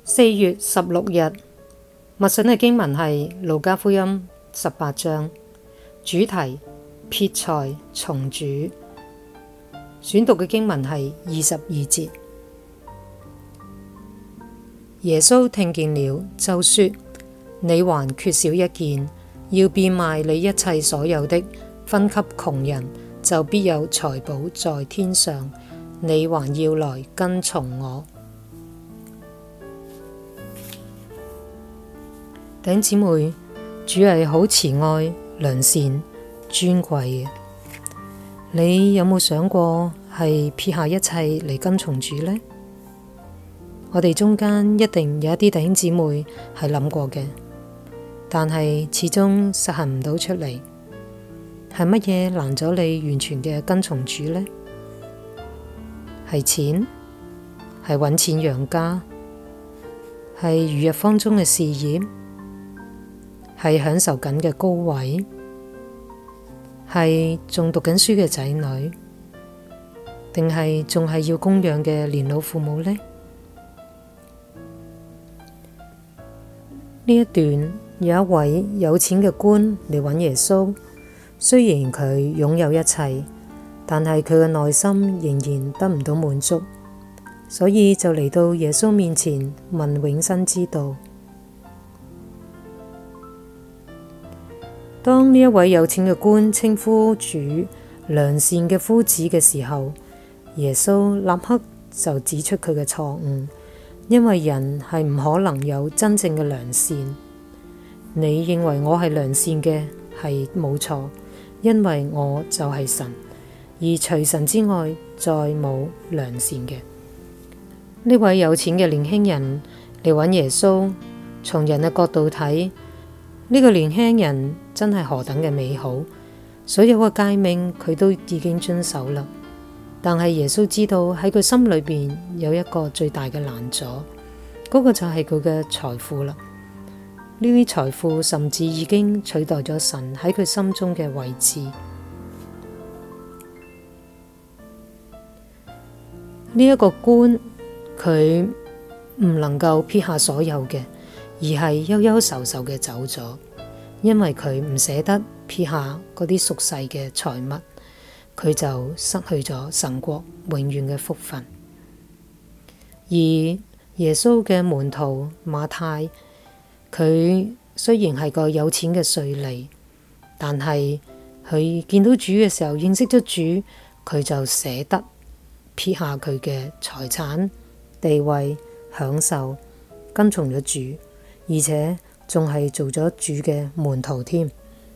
4月16日，默想嘅經文係路加福音18章，主題撇財從主。選讀嘅經文係22節。耶穌聽見了，就說：你還缺少一件，要變賣你一切所有的，分給窮人，就必有財寶在天上。你還要來跟從我。弟兄姊妹，主係好慈愛、良善、尊貴嘅。你有冇想過係撇下一切嚟跟從主呢？我哋中間一定有一啲弟兄姊妹係諗過嘅，但係始終實行唔到出嚟。係乜嘢攔咗你完全嘅跟從主呢？係錢？係揾錢養家？係如日方中嘅事業？係享受緊嘅高位？係仲讀緊書嘅仔女？定係仲係要供養嘅年老父母呢？呢一段有一位有錢嘅官嚟揾耶穌，雖然佢擁有一切，但係佢嘅內心仍然得唔到滿足，所以就嚟到耶穌面前問永生之道。當呢一位有錢嘅官稱呼主良善嘅夫子嘅時候，耶穌立刻就指出佢嘅錯誤，因為人係唔可能有真正嘅良善。你認為我係良善嘅，係冇錯，因為我就係神，而除神之外再冇良善嘅。呢位有錢嘅年輕人嚟揾耶穌，從人嘅角度睇，呢個年輕人真係何等嘅美好，所有嘅誡命佢都已經遵守啦。但係耶穌知道喺佢心裏邊有一個最大嘅攔阻，嗰個就係佢嘅財富啦。呢啲財富甚至已經取代咗神喺佢心中嘅位置。呢一個官佢唔能夠撇下所有嘅，而係憂憂愁愁嘅走咗，因為佢唔捨得撇下嗰啲俗世嘅財物，佢就失去咗神國永遠嘅福分。而耶穌嘅門徒馬太，佢雖然係個有錢嘅稅吏，但係佢見到主嘅時候，認識咗主，佢就捨得撇下佢嘅財產、地位、享受，跟從咗主，而且仲係做咗主嘅門徒添。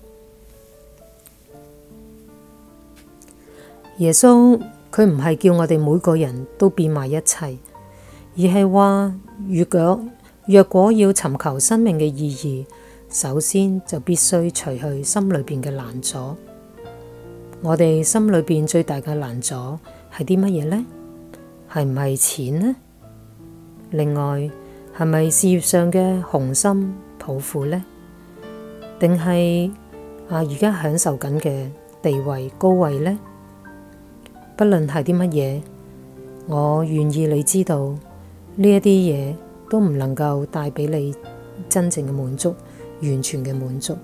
耶穌佢唔係叫我哋每個人都變賣一切，而係話若果要尋求生命嘅意義，首先就必須除去心裏邊嘅攔阻。我哋心裏邊最大嘅攔阻係啲乜嘢呢？係唔係錢呢？另外係咪事業上嘅雄心抱負呢？定係而家享受緊嘅地位高位呢？不論係啲乜嘢，我願意你知道呢一啲嘢都唔能夠帶俾你真正嘅滿足，完全嘅滿足。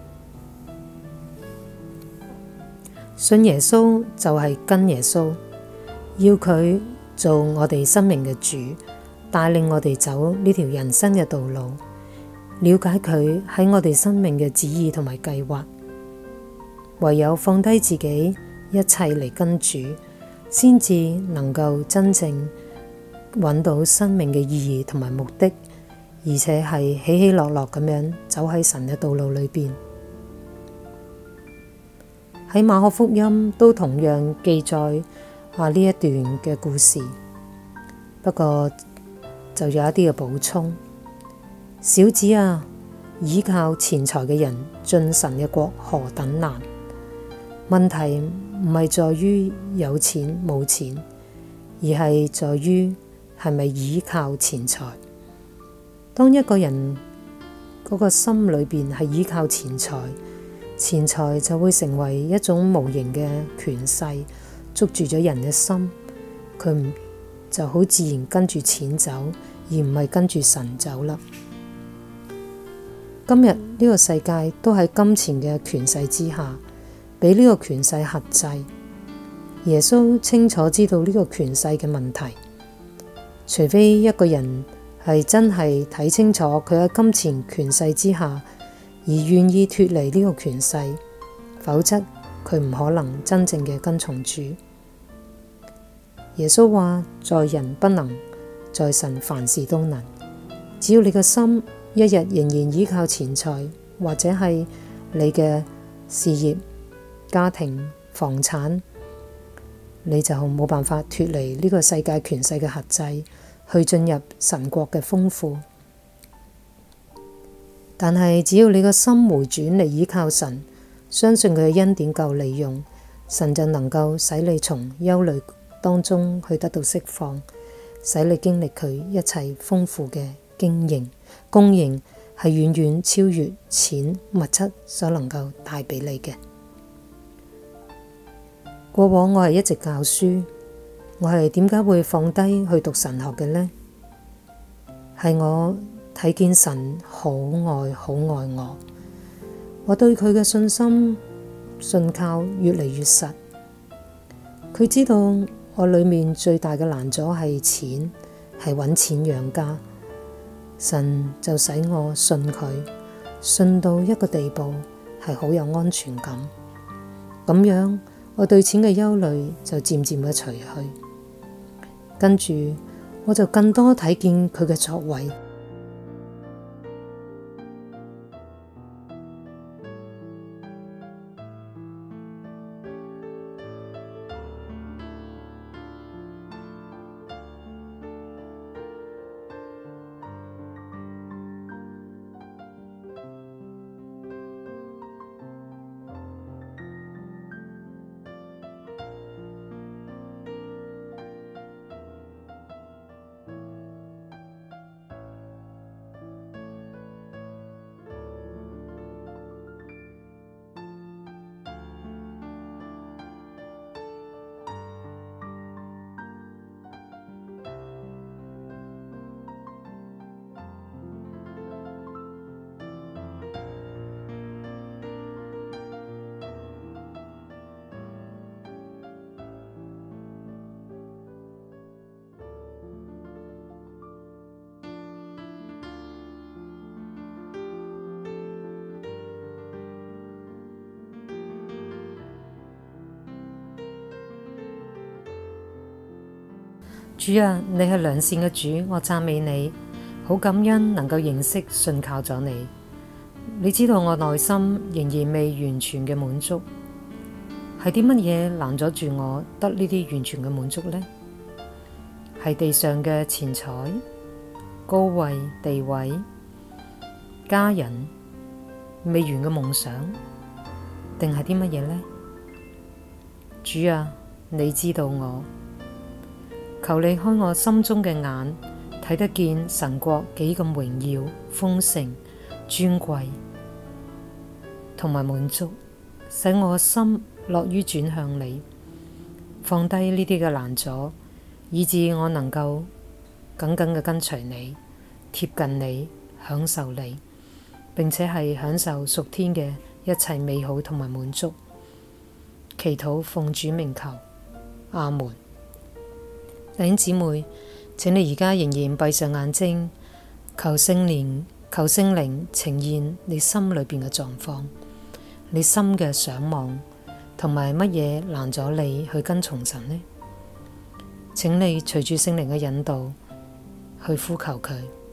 信耶穌就係跟耶穌，要佢做我哋生命嘅主，帶領我哋走呢條人生嘅道路，了解佢喺我哋生命嘅旨意同埋計劃。唯有放低自己一切嚟跟主，先至能夠真正揾到生命嘅意義同埋目的，而且係喜喜樂樂咁樣走喺神嘅道路裏邊。喺馬可福音都同樣記載呢一段嘅故事，不過就有一啲嘅補充。小子啊，倚靠錢財嘅人進神嘅國何等難！問題唔係在於有錢冇錢，而係在於係咪倚靠錢財。當一個人嗰個心裏邊係倚靠錢財，錢財就會成為一種無形嘅權勢，捉住咗人嘅心，佢就好自然跟住錢走， 而唔係跟住神走啦。今日呢個世界都喺金錢嘅權勢之下，俾呢個權勢轄制。耶穌清楚知道呢個權勢嘅問題，除非一個人係真係睇清楚佢喺金錢權勢之下，而願意脫離呢個權勢，否則佢唔可能真正嘅跟從主。耶穌話：在人不能，在神凡事都能。只要你個心一日仍然依靠錢財，或者係你嘅事業、家庭、房產，你就冇辦法脫離呢個世界權勢嘅轄制，去進入神國嘅豐富。但係只要你個心回轉嚟依靠神，相信佢嘅恩典夠你用，神就能夠使你從憂慮當中去得到釋放，使你經歷佢一切豐富嘅供應，係遠遠超越錢物質所能夠帶俾你嘅。過往我係一直教書，我係點解會放低去讀神學嘅呢？係我睇見神好愛我，我對佢嘅信心信靠越嚟越實。佢知道我裏面最大嘅難阻係錢，係揾錢養家。神就使我信佢，信到一個地步係好有安全感。咁樣我對錢嘅憂慮就漸漸嘅除去，跟住我就更多睇見佢嘅作為。主啊，你係良善嘅主，我讚美你，好感恩能夠認識信靠咗你。你知道我內心仍然未完全嘅滿足，係啲乜嘢攔阻住我得呢啲完全嘅滿足呢？係地上嘅錢財、高位、地位、家人、未完嘅夢想，定係啲乜嘢呢？主啊，你知道我。求你開我心中嘅眼，睇得見神國幾咁榮耀、豐盛、尊貴同埋滿足，使我嘅心樂於轉向你，放低呢啲嘅攔阻，以致我能夠緊緊嘅跟隨你，貼近你，享受你，並且係享受屬天嘅一切美好同埋滿足。祈禱奉主名求，阿門。弟兄姊妹，請你而家仍然閉上眼睛，求聖靈呈現你心裏邊嘅狀況，你心嘅想望，同埋乜嘢攔阻你去跟從神呢？請你隨住聖靈嘅引導去呼求佢。